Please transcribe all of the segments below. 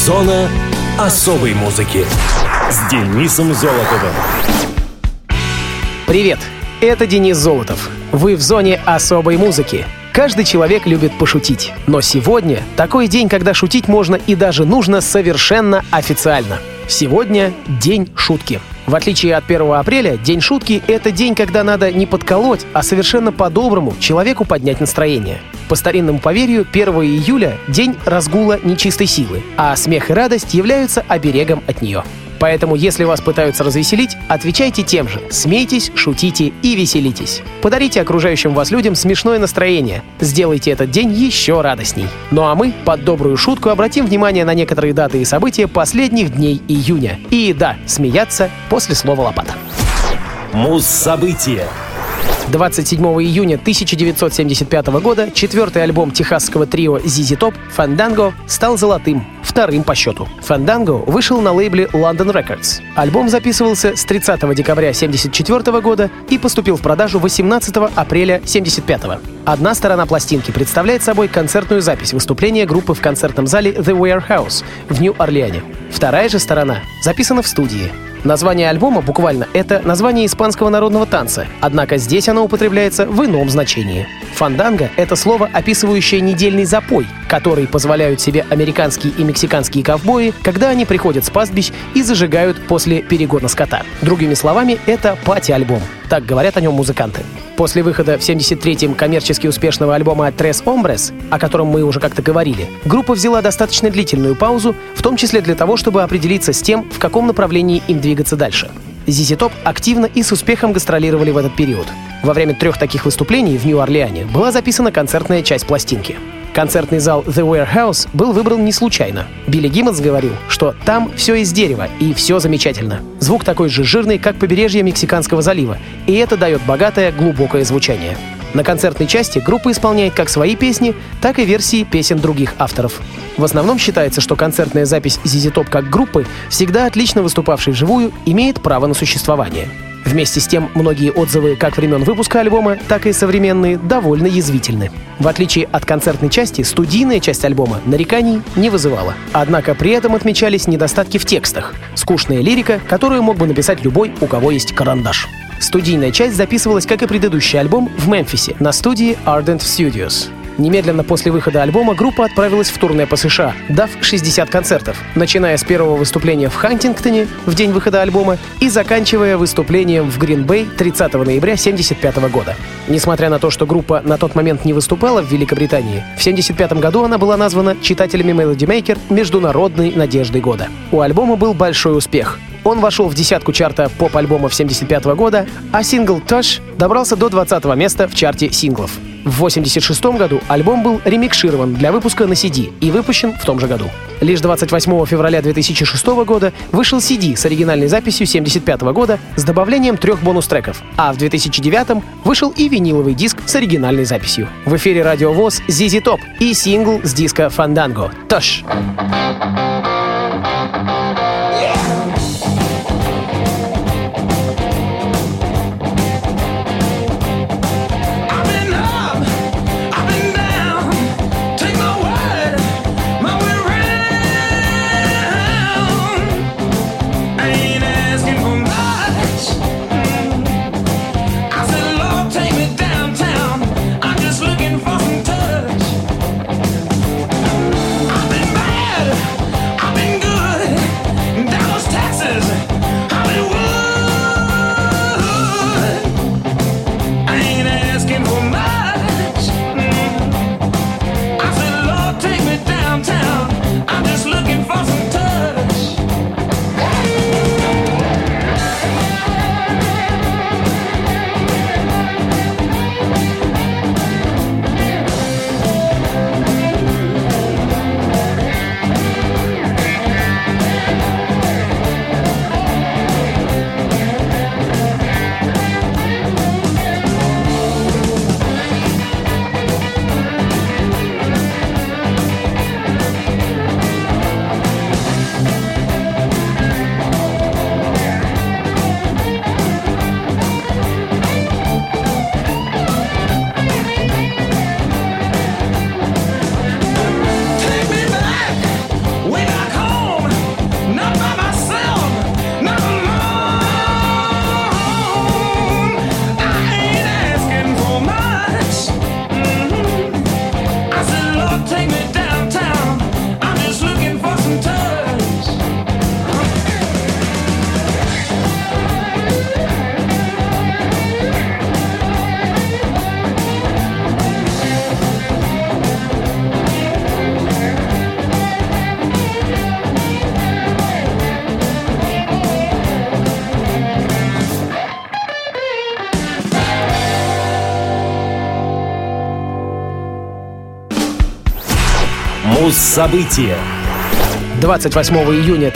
Зона особой музыки с Денисом Золотовым. Привет, это Денис Золотов. Вы в зоне особой музыки. Каждый человек любит пошутить. Но сегодня такой день, когда шутить можно и даже нужно совершенно официально. Сегодня день шутки. В отличие от 1 апреля, День шутки — это день, когда надо не подколоть, а совершенно по-доброму человеку поднять настроение. По старинному поверью, 1 июля — день разгула нечистой силы, а смех и радость являются оберегом от нее. Поэтому, если вас пытаются развеселить, отвечайте тем же. Смейтесь, шутите и веселитесь. Подарите окружающим вас людям смешное настроение. Сделайте этот день еще радостней. Ну а мы под добрую шутку обратим внимание на некоторые даты и события последних дней июня. И да, смеяться после слова «лопата». Муз-события. 27 июня 1975 года четвертый альбом техасского трио ZZ Top «Fandango» стал золотым, вторым по счету. «Fandango» вышел на лейбле London Records. Альбом записывался с 30 декабря 1974 года и поступил в продажу 18 апреля 1975. Одна сторона пластинки представляет собой концертную запись выступления группы в концертном зале The Warehouse в Нью-Орлеане. Вторая же сторона записана в студии. Название альбома буквально — это название испанского народного танца, однако здесь оно употребляется в ином значении. «Фанданго» — это слово, описывающее недельный запой, который позволяют себе американские и мексиканские ковбои, когда они приходят с пастбищ и зажигают после перегона скота. Другими словами, это пати-альбом. Так говорят о нем музыканты. После выхода в 73-м коммерчески успешного альбома «Tres Hombres», о котором мы уже как-то говорили, группа взяла достаточно длительную паузу, в том числе для того, чтобы определиться с тем, в каком направлении им двигаться дальше. ZZ Top активно и с успехом гастролировали в этот период. Во время 3 таких выступлений в Нью-Орлеане была записана концертная часть пластинки. Концертный зал The Warehouse был выбран не случайно. Билли Гиммонс говорил, что там все из дерева и все замечательно. Звук такой же жирный, как побережье Мексиканского залива, и это дает богатое, глубокое звучание. На концертной части группа исполняет как свои песни, так и версии песен других авторов. В основном считается, что концертная запись ZZ Top как группы, всегда отлично выступавшей вживую, имеет право на существование. Вместе с тем, многие отзывы как времен выпуска альбома, так и современные довольно язвительны. В отличие от концертной части, студийная часть альбома нареканий не вызывала. Однако при этом отмечались недостатки в текстах, скучная лирика, которую мог бы написать любой, у кого есть карандаш. Студийная часть записывалась, как и предыдущий альбом, в Мемфисе на студии Ardent Studios. Немедленно после выхода альбома группа отправилась в турне по США, дав 60 концертов, начиная с первого выступления в Хантингтоне в день выхода альбома и заканчивая выступлением в Грин-Бэй 30 ноября 1975 года. Несмотря на то, что группа на тот момент не выступала в Великобритании, в 1975 году она была названа читателями Melody Maker международной надеждой года. У альбома был большой успех. Он вошел в десятку чарта поп-альбомов 1975 года, а сингл «Touch» добрался до 20-го места в чарте синглов. В 1986 году альбом был ремикширован для выпуска на CD и выпущен в том же году. Лишь 28 февраля 2006 года вышел CD с оригинальной записью 1975 года с добавлением 3 бонус-треков, а в 2009 вышел и виниловый диск с оригинальной записью. В эфире Радио ВОС ZZ Top и сингл с диска «Fandango» «Touch». Фокус события. 28 июня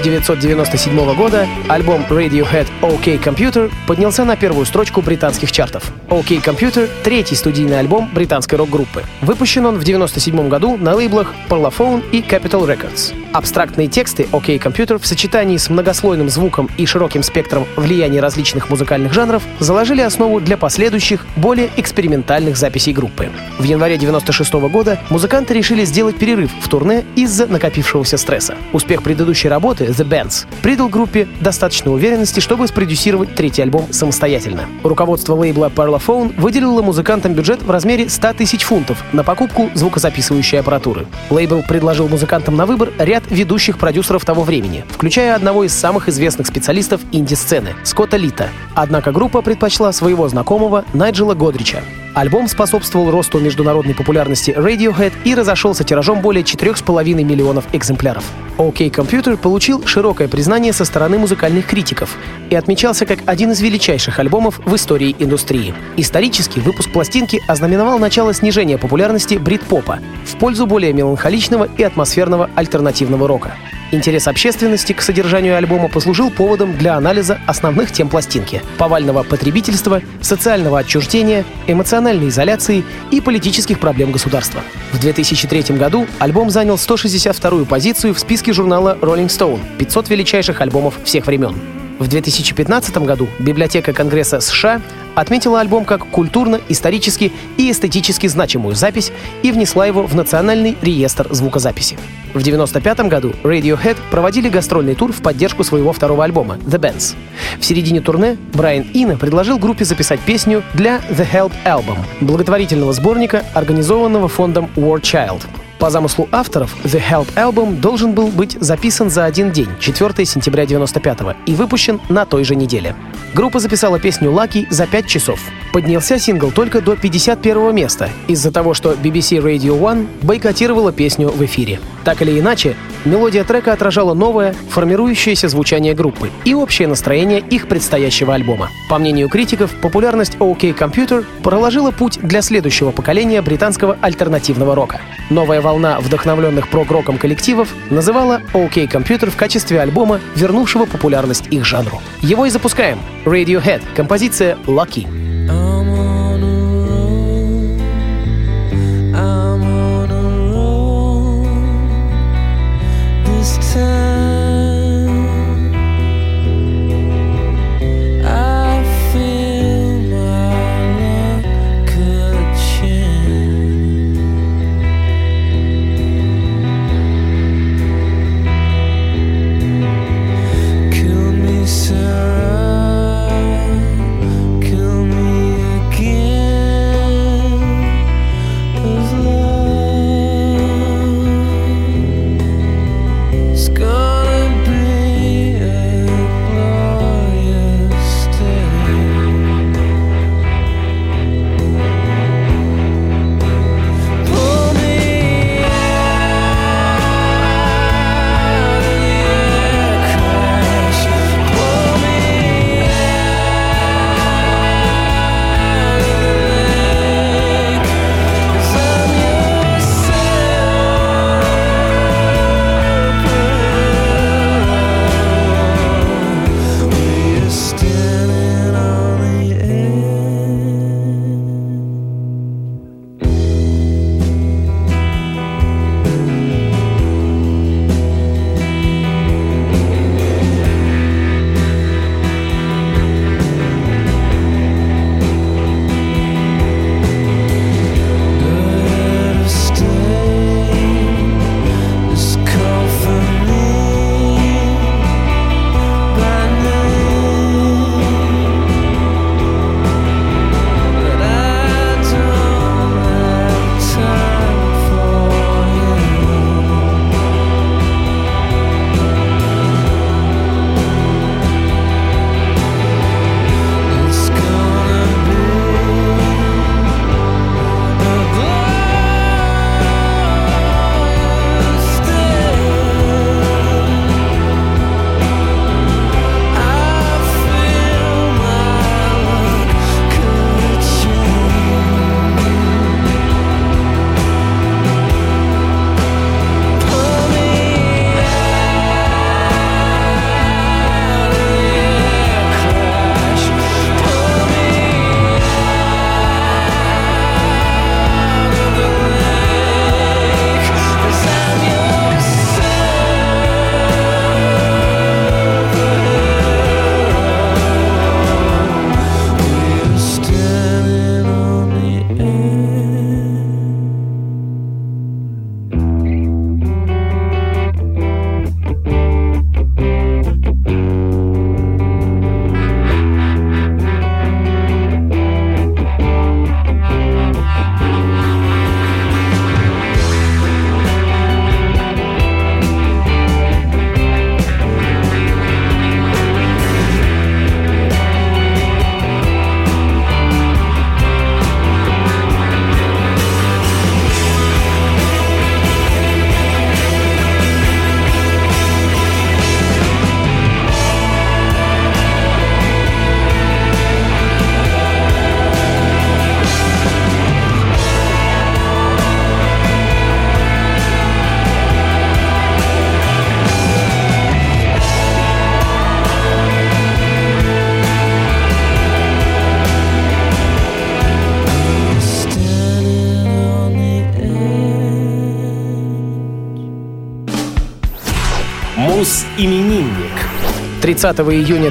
1997 года альбом Radiohead OK Computer поднялся на первую строчку британских чартов. OK Computer — третий студийный альбом британской рок-группы. Выпущен он в 1997 году на лейблах Parlophone и Capitol Records. Абстрактные тексты OK Computer в сочетании с многослойным звуком и широким спектром влияния различных музыкальных жанров заложили основу для последующих, более экспериментальных записей группы. В январе 1996 года музыканты решили сделать перерыв в турне из-за накопившегося стресса. Успех предыдущей работы The Bands придал группе достаточно уверенности, чтобы спродюсировать третий альбом самостоятельно. Руководство лейбла Parlophone выделило музыкантам бюджет в размере 100 тысяч фунтов на покупку звукозаписывающей аппаратуры. Лейбл предложил музыкантам на выбор ряд ведущих продюсеров того времени, включая одного из самых известных специалистов инди-сцены — Скотта Литта. Однако группа предпочла своего знакомого Найджела Годрича. Альбом способствовал росту международной популярности Radiohead и разошелся тиражом более 4,5 миллионов экземпляров. OK Computer получил широкое признание со стороны музыкальных критиков и отмечался как один из величайших альбомов в истории индустрии. Исторически выпуск пластинки ознаменовал начало снижения популярности брит-попа в пользу более меланхоличного и атмосферного альтернативного рока. Интерес общественности к содержанию альбома послужил поводом для анализа основных тем пластинки — повального потребительства, социального отчуждения, эмоциональной изоляции и политических проблем государства. В 2003 году альбом занял 162-ю позицию в списке журнала Rolling Stone — 500 величайших альбомов всех времен. В 2015 году Библиотека Конгресса США отметила альбом как культурно, исторически и эстетически значимую запись и внесла его в Национальный реестр звукозаписи. В 1995 году Radiohead проводили гастрольный тур в поддержку своего второго альбома The Bands. В середине турне Брайан Ино предложил группе записать песню для The Help Album, благотворительного сборника, организованного фондом War Child. По замыслу авторов, The Help Album должен был быть записан за один день, 4 сентября 1995-го, и выпущен на той же неделе. Группа записала песню «Lucky» за 5 часов. Поднялся сингл только до 51-го места из-за того, что BBC Radio One бойкотировала песню в эфире. Так или иначе, мелодия трека отражала новое, формирующееся звучание группы и общее настроение их предстоящего альбома. По мнению критиков, популярность OK Computer проложила путь для следующего поколения британского альтернативного рока. Новая волна вдохновленных прог-роком коллективов называла OK Computer в качестве альбома, вернувшего популярность их жанру. Его и запускаем. Radiohead, композиция «Lucky». Kill me Блюз-именинник. 30 июня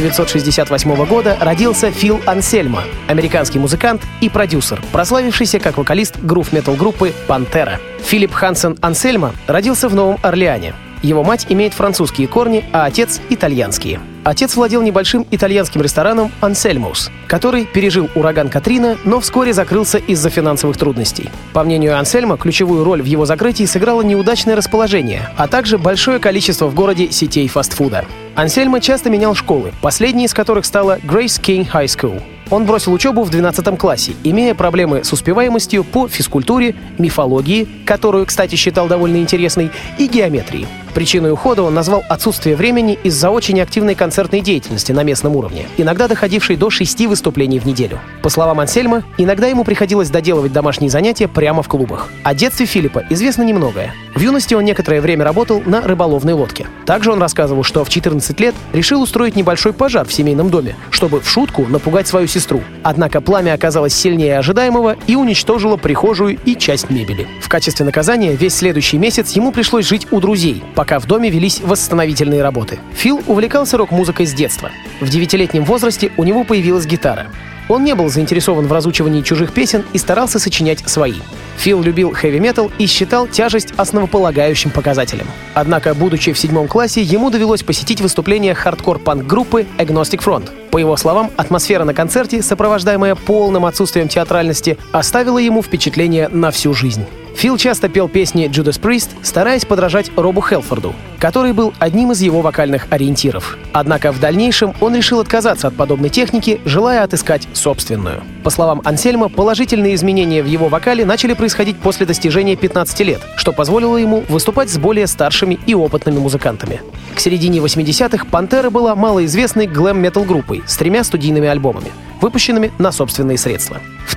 1968 года родился Фил Ансельмо, американский музыкант и продюсер, прославившийся как вокалист грув-метал группы «Пантера». Филипп Хансен Ансельмо родился в Новом Орлеане. Его мать имеет французские корни, а отец — итальянские. Отец владел небольшим итальянским рестораном «Ансельмоус», который пережил ураган Катрина, но вскоре закрылся из-за финансовых трудностей. По мнению Ансельмо, ключевую роль в его закрытии сыграло неудачное расположение, а также большое количество в городе сетей фастфуда. Ансельмо часто менял школы, последней из которых стала Grace King High School. Он бросил учебу в 12 классе, имея проблемы с успеваемостью по физкультуре, мифологии, которую, кстати, считал довольно интересной, и геометрии. Причиной ухода он назвал отсутствие времени из-за очень активной концертной деятельности на местном уровне, иногда доходившей до 6 выступлений в неделю. По словам Ансельмо, иногда ему приходилось доделывать домашние занятия прямо в клубах. О детстве Филиппа известно немногое. В юности он некоторое время работал на рыболовной лодке. Также он рассказывал, что в 14 лет решил устроить небольшой пожар в семейном доме, чтобы в шутку напугать свою сестру. Однако пламя оказалось сильнее ожидаемого и уничтожило прихожую и часть мебели. В качестве наказания весь следующий месяц ему пришлось жить у друзей, пока в доме велись восстановительные работы. Фил увлекался рок-музыкой с детства. В 9-летнем возрасте у него появилась гитара. Он не был заинтересован в разучивании чужих песен и старался сочинять свои. Фил любил хэви-метал и считал тяжесть основополагающим показателем. Однако, будучи в 7 классе, ему довелось посетить выступление хардкор-панк-группы Agnostic Front. По его словам, атмосфера на концерте, сопровождаемая полным отсутствием театральности, оставила ему впечатление на всю жизнь. Фил часто пел песни Judas Priest, стараясь подражать Робу Хелфорду, который был одним из его вокальных ориентиров. Однако в дальнейшем он решил отказаться от подобной техники, желая отыскать собственную. По словам Ансельмо, положительные изменения в его вокале начали происходить после достижения 15 лет, что позволило ему выступать с более старшими и опытными музыкантами. К середине 80-х «Пантера» была малоизвестной глэм-метал-группой с 3 студийными альбомами, выпущенными на собственные средства. В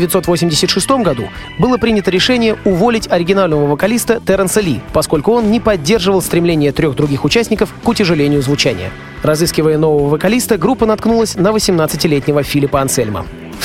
1986 году было принято решение уволить оригинального вокалиста Терренса Ли, поскольку он не поддерживал стремление 3 других участников к утяжелению звучания. Разыскивая нового вокалиста, группа наткнулась на 18-летнего Филиппа Ансельмо. В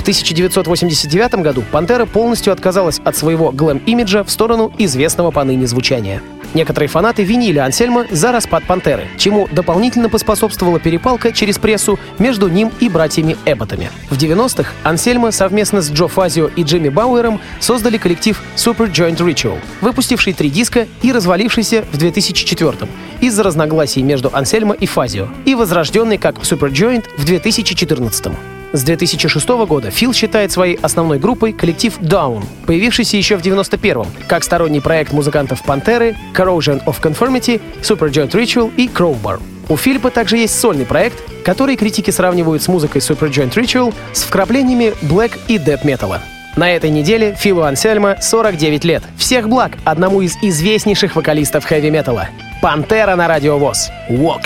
1989 году «Пантера» полностью отказалась от своего глэм-имиджа в сторону известного поныне звучания. Некоторые фанаты винили Ансельмо за распад «Пантеры», чему дополнительно поспособствовала перепалка через прессу между ним и братьями Эбботами. В 90-х Ансельмо совместно с Джо Фазио и Джимми Бауэром создали коллектив Superjoint Ritual, выпустивший 3 диска и развалившийся в 2004-м из-за разногласий между Ансельмо и Фазио, и возрожденный как Superjoint в 2014-м. С 2006 года Фил считает своей основной группой коллектив Down, появившийся еще в 91-м, как сторонний проект музыкантов «Пантеры», Corrosion of Conformity, Superjoint Ritual и Crowbar. У Филиппа также есть сольный проект, который критики сравнивают с музыкой Superjoint Ritual с вкраплениями блэк и дэт-металла. На этой неделе Филу Ансельмо 49 лет. Всех благ одному из известнейших вокалистов хэви-металла. «Пантера» на Радио ВОС. Walk!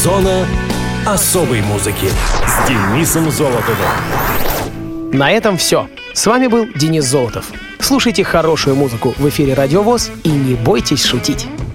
Зона особой музыки с Денисом Золотовым. На этом все. С вами был Денис Золотов. Слушайте хорошую музыку в эфире Радио ВОС и не бойтесь шутить.